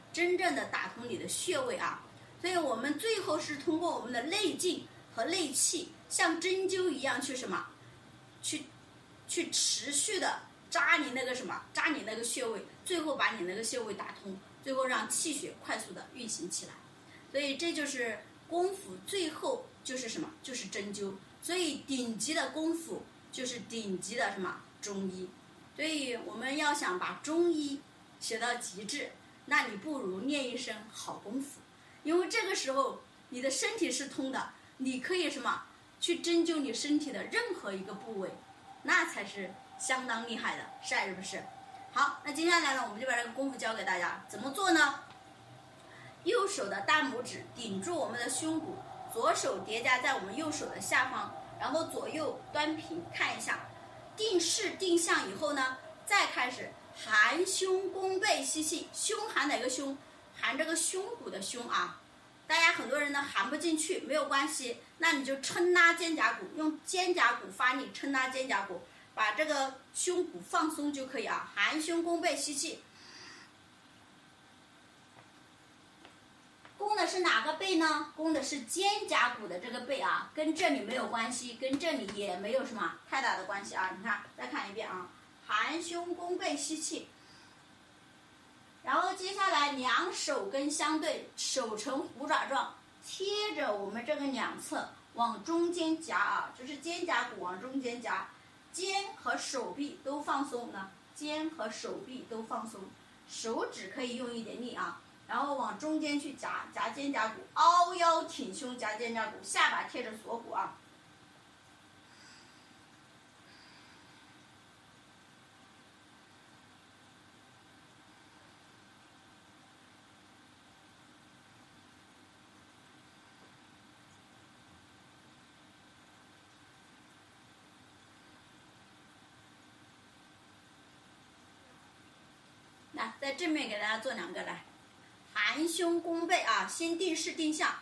真正的打通你的穴位啊。所以我们最后是通过我们的内劲和内气，像针灸一样去什么，去去持续的扎你那个什么，扎你那个穴位，最后把你那个穴位打通，最后让气血快速的运行起来。所以这就是功夫，最后就是什么，就是针灸。所以顶级的功夫就是顶级的什么中医。所以我们要想把中医学到极致，那你不如练一身好功夫。因为这个时候你的身体是通的，你可以什么去针灸你身体的任何一个部位，那才是相当厉害的，是不是？好，那接下来呢，我们就把这个功夫教给大家，怎么做呢？右手的大拇指顶住我们的胸骨，左手叠加在我们右手的下方，然后左右端平，看一下，定势定向以后呢，再开始含胸弓背吸气。胸含哪个胸？含这个胸骨的胸啊。大家很多人呢含不进去，没有关系，那你就抻拉肩胛骨，用肩胛骨发力，抻拉肩胛骨，把这个胸骨放松就可以啊。含胸弓背吸气，弓的是哪个背呢？弓的是肩胛骨的这个背啊，跟这里没有关系，跟这里也没有什么太大的关系啊。你看，再看一遍啊，含胸弓背吸气。然后接下来两手根相对，手成虎爪状，贴着我们这个两侧往中间夹啊，就是肩胛骨往中间夹，肩和手臂都放松呢，肩和手臂都放松，手指可以用一点力啊，然后往中间去夹，夹肩胛骨，凹腰挺胸，夹肩胛骨，下巴贴着锁骨啊。来，在正面给大家做两个，来，含胸弓背啊，先定势定向。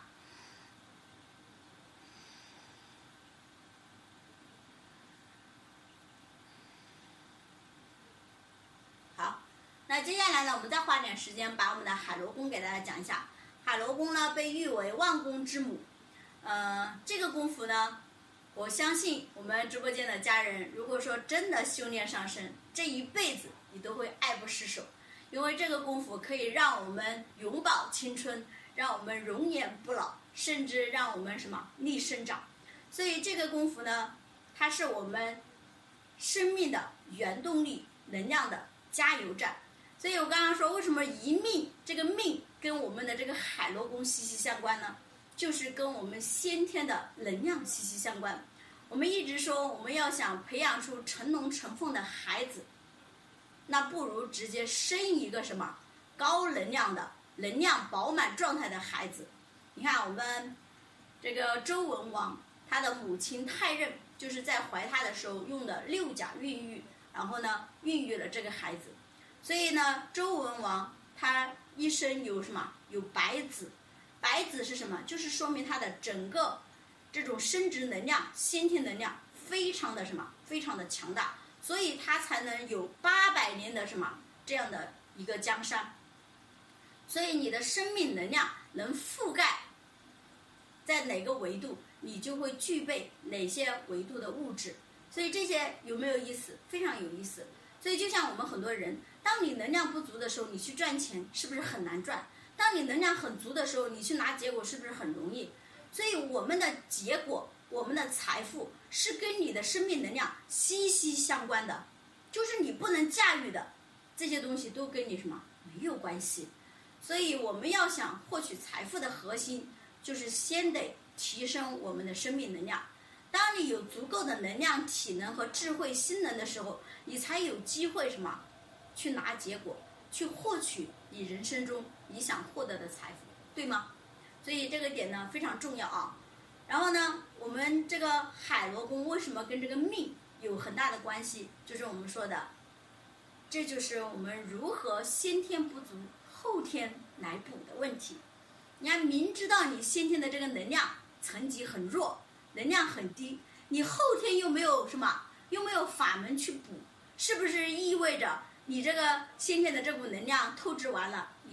好，那接下来呢，我们再花点时间把我们的海螺功给大家讲一下。海螺功呢，被誉为万功之母。呃，这个功夫呢，我相信我们直播间的家人，如果说真的修炼上身，这一辈子你都会爱不释手。因为这个功夫可以让我们永葆青春，让我们容颜不老，甚至让我们什么逆生长。所以这个功夫呢，它是我们生命的原动力，能量的加油站。所以我刚刚说，为什么一命这个命跟我们的这个海螺功息息相关呢？就是跟我们先天的能量息息相关。我们一直说，我们要想培养出成龙成凤的孩子，那不如直接生一个什么高能量的、能量饱满状态的孩子。你看我们这个周文王，他的母亲太任就是在怀他的时候用的六甲孕育，然后呢孕育了这个孩子。所以呢，周文王他一生有什么？有百子。百子是什么？就是说明他的整个这种生殖能量、先天能量非常的什么？非常的强大。所以他才能有八百年的什么这样的一个江山。所以你的生命能量能覆盖在哪个维度，你就会具备哪些维度的物质。所以这些有没有意思？非常有意思。所以就像我们很多人，当你能量不足的时候，你去赚钱是不是很难赚？当你能量很足的时候，你去拿结果是不是很容易？所以我们的结果，我们的财富是跟你的生命能量息息相关的，就是你不能驾驭的这些东西都跟你什么没有关系。所以我们要想获取财富的核心，就是先得提升我们的生命能量。当你有足够的能量、体能和智慧、心能的时候，你才有机会什么去拿结果，去获取你人生中你想获得的财富，对吗？所以这个点呢非常重要啊。然后呢，我们这个海螺功为什么跟这个命有很大的关系？就是我们说的，这就是我们如何先天不足后天来补的问题。你要明知道你先天的这个能量层级很弱，能量很低，你后天又没有什么，又没有法门去补，是不是意味着你这个先天的这股能量透支完了，你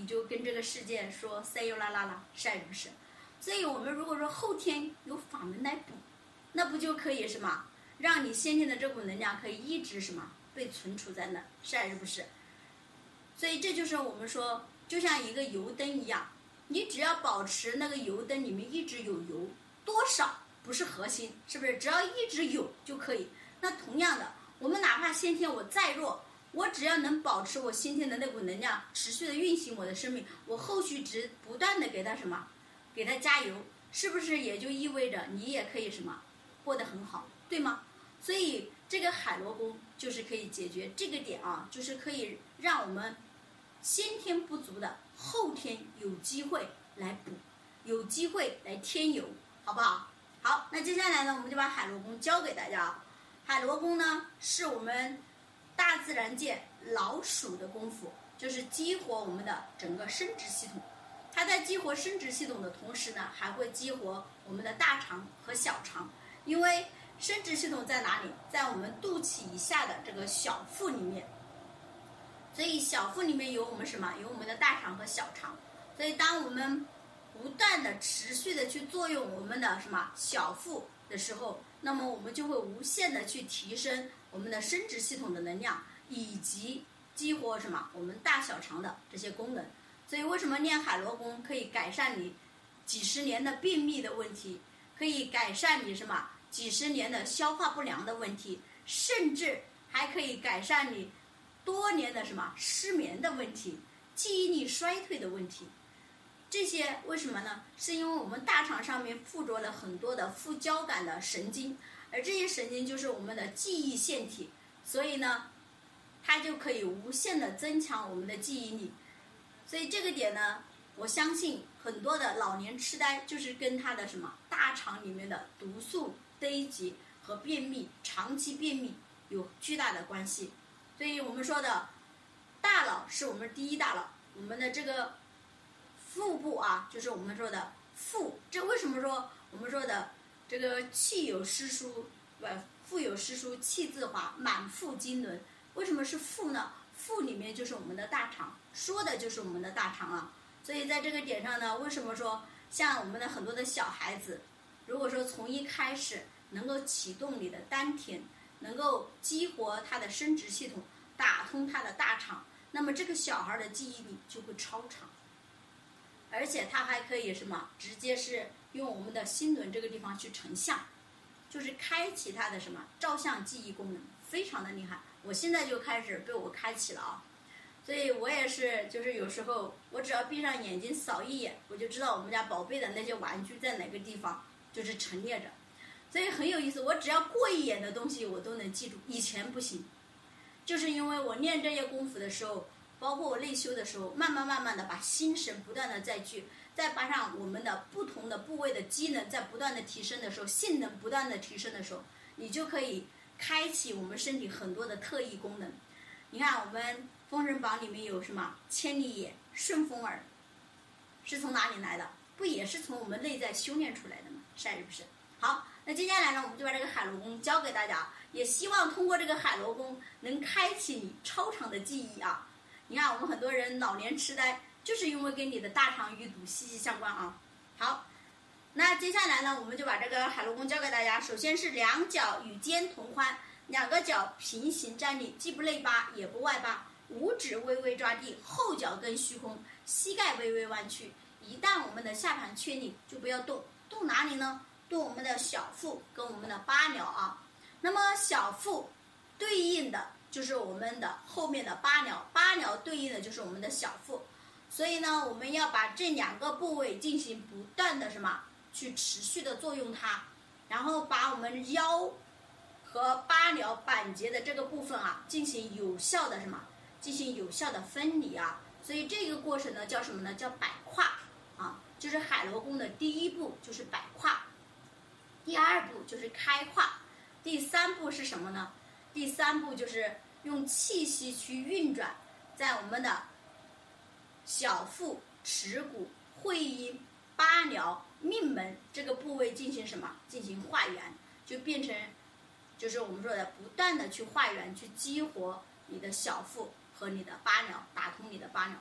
你就跟这个世界说塞哟啦啦啦，是还是不是？所以我们如果说后天有法门来补，那不就可以什么，让你先天的这股能量可以一直什么被存储在那，是还是不是？所以这就是我们说，就像一个油灯一样，你只要保持那个油灯里面一直有油，多少不是核心，是不是？只要一直有就可以。那同样的，我们哪怕先天我再弱，我只要能保持我先天的那股能量，持续的运行我的生命，我后续只不断的给它什么，给它加油，是不是也就意味着你也可以什么，过得很好，对吗？所以这个海螺功就是可以解决这个点啊，就是可以让我们先天不足的后天有机会来补，有机会来添油，好不好？好，那接下来呢，我们就把海螺功教给大家啊。海螺功呢，是我们大自然界老鼠的功夫，就是激活我们的整个生殖系统。它在激活生殖系统的同时呢，还会激活我们的大肠和小肠，因为生殖系统在哪里？在我们肚脐以下的这个小腹里面。所以小腹里面有我们什么？有我们的大肠和小肠。所以当我们不断的持续的去作用我们的什么小腹的时候，那么我们就会无限的去提升我们的生殖系统的能量，以及激活什么我们大小肠的这些功能。所以为什么练海螺功可以改善你几十年的便秘的问题，可以改善你什么几十年的消化不良的问题，甚至还可以改善你多年的什么失眠的问题，记忆力衰退的问题。这些为什么呢？是因为我们大肠上面附着了很多的副交感的神经，而这些神经就是我们的记忆腺体，所以呢它就可以无限的增强我们的记忆力。所以这个点呢，我相信很多的老年痴呆就是跟它的什么大肠里面的毒素堆积和便秘，长期便秘有巨大的关系。所以我们说的大脑是我们第一大脑，我们的这个腹部啊，就是我们说的腹。这为什么说我们说的这个气有湿疏，不，腹有湿疏气自华，满腹经纶？为什么是腹呢？腹里面就是我们的大肠，说的就是我们的大肠啊。所以在这个点上呢，为什么说像我们的很多的小孩子，如果说从一开始能够启动你的丹田，能够激活他的生殖系统，打通他的大肠，那么这个小孩的记忆力就会超长，而且他还可以什么，直接是用我们的心轮这个地方去成像，就是开启他的什么照相记忆功能，非常的厉害。我现在就开始被我开启了啊，所以我也是，就是有时候我只要闭上眼睛扫一眼，我就知道我们家宝贝的那些玩具在哪个地方就是陈列着，所以很有意思。我只要过一眼的东西我都能记住，以前不行，就是因为我练这些功夫的时候，包括我内修的时候，慢慢慢慢的把心神不断的在聚，再加上我们的不同的部位的机能在不断的提升的时候，性能不断的提升的时候，你就可以开启我们身体很多的特异功能。你看我们封神榜里面有什么千里眼、顺风耳，是从哪里来的？不也是从我们内在修炼出来的吗？是还是不是？好，那接下来呢，我们就把这个海螺功教给大家，也希望通过这个海螺功能开启你超长的记忆啊。你看我们很多人老年痴呆，就是因为跟你的大肠淤堵息息相关啊。好，那接下来呢，我们就把这个海螺功教给大家。首先是两脚与肩同宽，两个脚平行站立，既不内八也不外八，五指微微抓地，后脚跟虚空，膝盖微微弯曲。一旦我们的下盘确立，就不要动，动哪里呢？动我们的小腹跟我们的八髎啊。那么小腹对应的就是我们的后面的八髎，八髎对应的就是我们的小腹。所以呢，我们要把这两个部位进行不断的什么去持续的作用它，然后把我们腰和八髎板结的这个部分啊，进行有效的什么，进行有效的分离啊。所以这个过程呢，叫什么呢？叫摆胯啊，就是海螺功的第一步就是摆胯，第二步就是开胯，第三步是什么呢？第三步就是用气息去运转，在我们的小腹、耻骨、会阴、八髎、命门这个部位进行什么？进行化圆，就变成就是我们说的不断的去化圆，去激活你的小腹和你的八髎，打通你的八髎。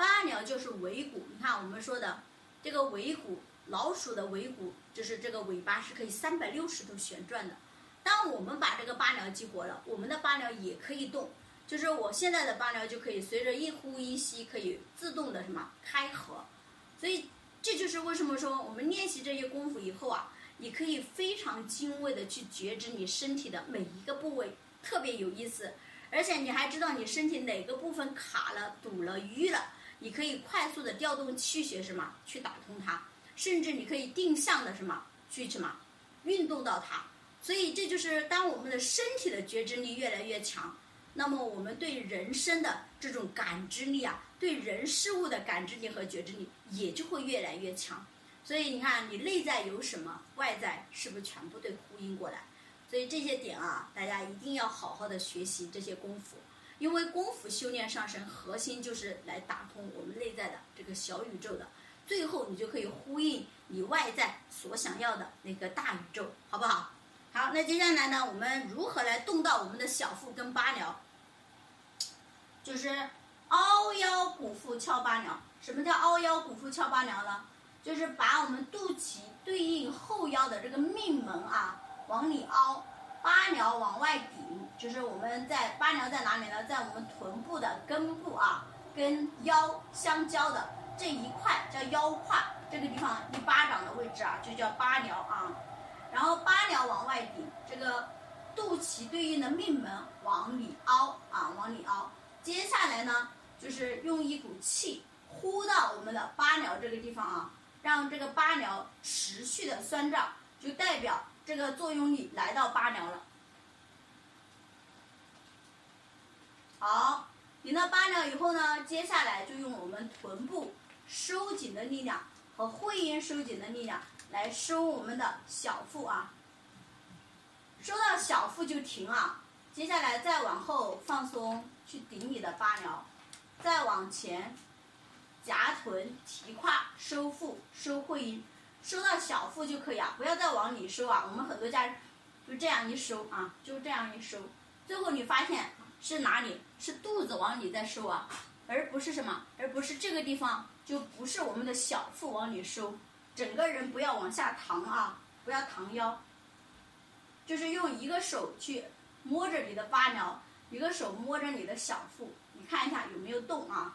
八髎就是尾骨，你看我们说的这个尾骨，老鼠的尾骨就是这个尾巴是可以三百六十度旋转的。当我们把这个八髎激活了，我们的八髎也可以动，就是我现在的八髎就可以随着一呼一吸可以自动的什么开合。所以这就是为什么说我们练习这些功夫以后啊，你可以非常精微的去觉知你身体的每一个部位，特别有意思。而且你还知道你身体哪个部分卡了、堵了、淤了，你可以快速的调动气血什么去打通它，甚至你可以定向的什么去什么运动到它。所以这就是当我们的身体的觉知力越来越强，那么我们对人生的这种感知力啊，对人事物的感知力和觉知力也就会越来越强。所以你看，你内在有什么，外在是不是全部对呼应过来？所以这些点啊，大家一定要好好的学习这些功夫，因为功夫修炼上升，核心就是来打通我们内在的这个小宇宙的，最后你就可以呼应你外在所想要的那个大宇宙，好不好？好，那接下来呢，我们如何来动到我们的小腹跟八髎？就是凹腰鼓腹翘八髎。什么叫凹腰鼓腹翘八髎呢？就是把我们肚脐对应后腰的这个命门啊往里凹，八髎往外顶，就是我们在八髎在哪里呢？在我们臀部的根部啊，跟腰相交的这一块叫腰胯，这个地方一巴掌的位置啊，就叫八髎啊。然后八髎往外顶，这个肚脐对应的命门往里凹啊，往里凹。接下来呢，就是用一股气呼到我们的八髎这个地方啊，让这个八髎持续的酸胀，就代表这个作用力来到八髎了。好，顶到八髎以后呢，接下来就用我们臀部收紧的力量和会阴收紧的力量来收我们的小腹啊，收到小腹就停啊，接下来再往后放松，去顶你的八髎，再往前夹臀提胯收腹收会阴，收到小腹就可以啊，不要再往里收啊。我们很多家人就这样一收啊，就这样一收，最后你发现是哪里？是肚子往里在收啊，而不是什么？而不是这个地方，就不是我们的小腹往里收。整个人不要往下搪啊，不要搪腰，就是用一个手去摸着你的八髎，一个手摸着你的小腹，你看一下有没有动啊？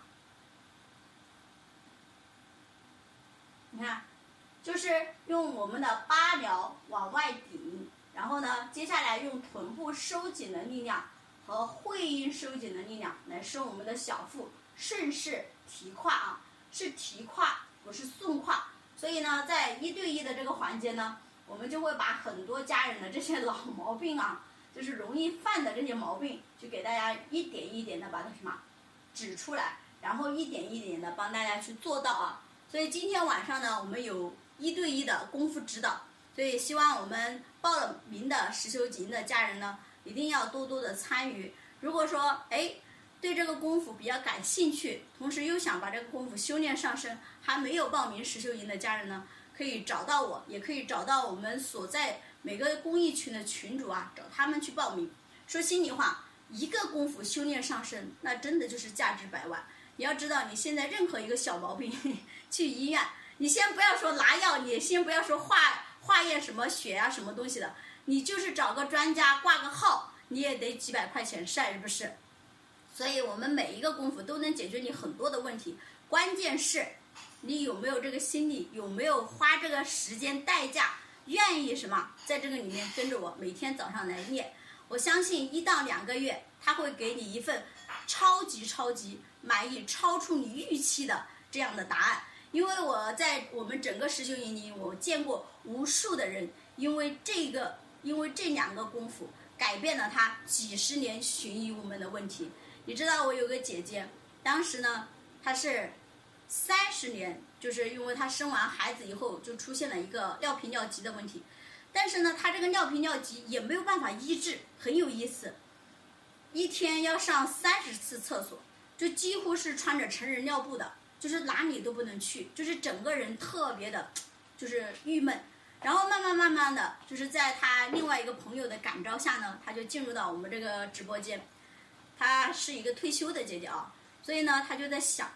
你看，就是用我们的八髎往外顶，然后呢，接下来用臀部收紧的力量和会阴收紧的力量来收我们的小腹，顺势提胯啊，是提胯，不是送胯。所以呢，在一对一的这个环节呢，我们就会把很多家人的这些老毛病啊，就是容易犯的这些毛病，就给大家一点一点的把它什么指出来，然后一点一点的帮大家去做到啊。所以今天晚上呢，我们有一对一的功夫指导，所以希望我们报了名的实修营的家人呢，一定要多多的参与。如果说哎，对这个功夫比较感兴趣，同时又想把这个功夫修炼上升，还没有报名实修营的家人呢，可以找到我，也可以找到我们所在每个公益群的群主啊，找他们去报名。说心里话，一个功夫修炼上升，那真的就是价值百万。你要知道，你现在任何一个小毛病去医院，你先不要说拿药，你先不要说化化验什么血啊什么东西的，你就是找个专家挂个号，你也得几百块钱，是不是？所以我们每一个功夫都能解决你很多的问题，关键是你有没有这个心理，有没有花这个时间代价，愿意什么在这个里面跟着我每天早上来练。我相信一到两个月，他会给你一份超级超级满意、超出你预期的这样的答案。因为我在我们整个实修营里，我见过无数的人，因为这个，因为这两个功夫改变了他几十年寻医无门的问题。你知道我有个姐姐，当时呢，她是三十年，就是因为她生完孩子以后就出现了一个尿频尿急的问题，但是呢，她这个尿频尿急也没有办法医治，很有意思，一天要上三十次厕所，就几乎是穿着成人尿布的，就是哪里都不能去，就是整个人特别的，就是郁闷。然后慢慢慢慢的，就是在她另外一个朋友的感召下呢，她就进入到我们这个直播间。她是一个退休的姐姐啊，所以呢，她就在想，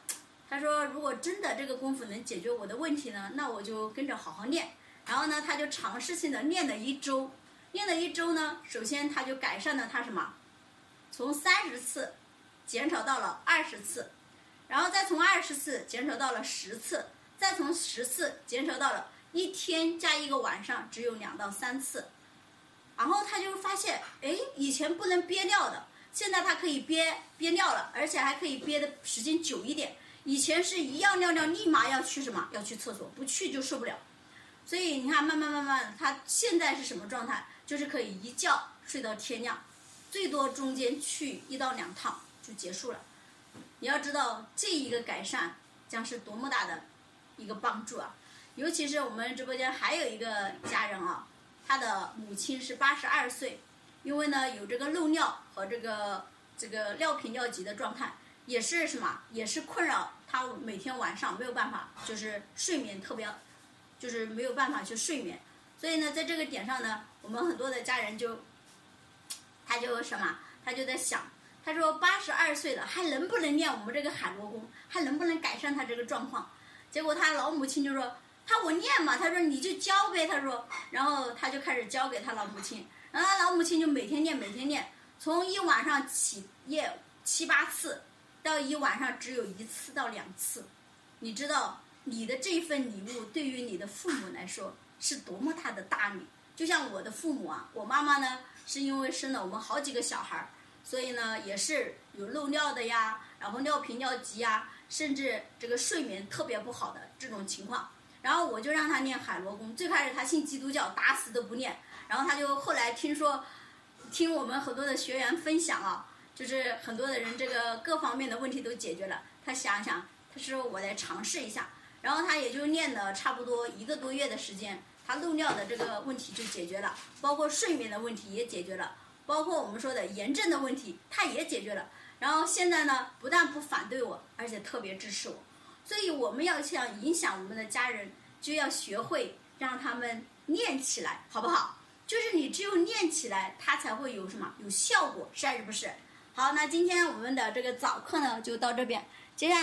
他说如果真的这个功夫能解决我的问题呢，那我就跟着好好练。然后呢，他就尝试性的练了一周，练了一周呢，首先他就改善了他什么，从三十次减少到了二十次，然后再从二十次减少到了十次，再从十次减少到了一天加一个晚上只有两到三次。然后他就发现，哎，以前不能憋尿的，现在他可以憋憋尿了，而且还可以憋的时间久一点。以前是一样尿尿立马要去什么，要去厕所，不去就受不了。所以你看，慢慢慢慢，他现在是什么状态？就是可以一觉睡到天亮，最多中间去一到两趟就结束了。你要知道，这一个改善将是多么大的一个帮助啊！尤其是我们直播间还有一个家人啊，他的母亲是八十二岁，因为呢有这个漏尿和这个这个尿频尿急的状态，也是什么，也是困扰他每天晚上没有办法，就是睡眠特别，就是没有办法去睡眠。所以呢，在这个点上呢，我们很多的家人就，他就什么，他就在想，他说八十二岁了，还能不能练我们这个海螺功，还能不能改善他这个状况？结果他老母亲就说，他我练嘛，他说你就教呗，他说，然后他就开始教给他老母亲，然后他老母亲就每天练，每天练，从一晚上起夜七八次，到一晚上只有一次到两次。你知道你的这份礼物对于你的父母来说是多么大的大礼。就像我的父母啊，我妈妈呢是因为生了我们好几个小孩，所以呢也是有漏尿的呀，然后尿频尿急呀，甚至这个睡眠特别不好的这种情况。然后我就让他练海螺功，最开始他信基督教，打死都不练。然后他就后来听说，听我们很多的学员分享啊，就是很多的人这个各方面的问题都解决了。他想想，他说我来尝试一下，然后他也就练了差不多一个多月的时间，他漏尿的这个问题就解决了，包括睡眠的问题也解决了，包括我们说的炎症的问题他也解决了。然后现在呢，不但不反对我，而且特别支持我。所以我们要想影响我们的家人，就要学会让他们练起来，好不好？就是你只有练起来，它才会有什么有效果，是还是不是？好，那今天我们的这个早课呢就到这边，接下来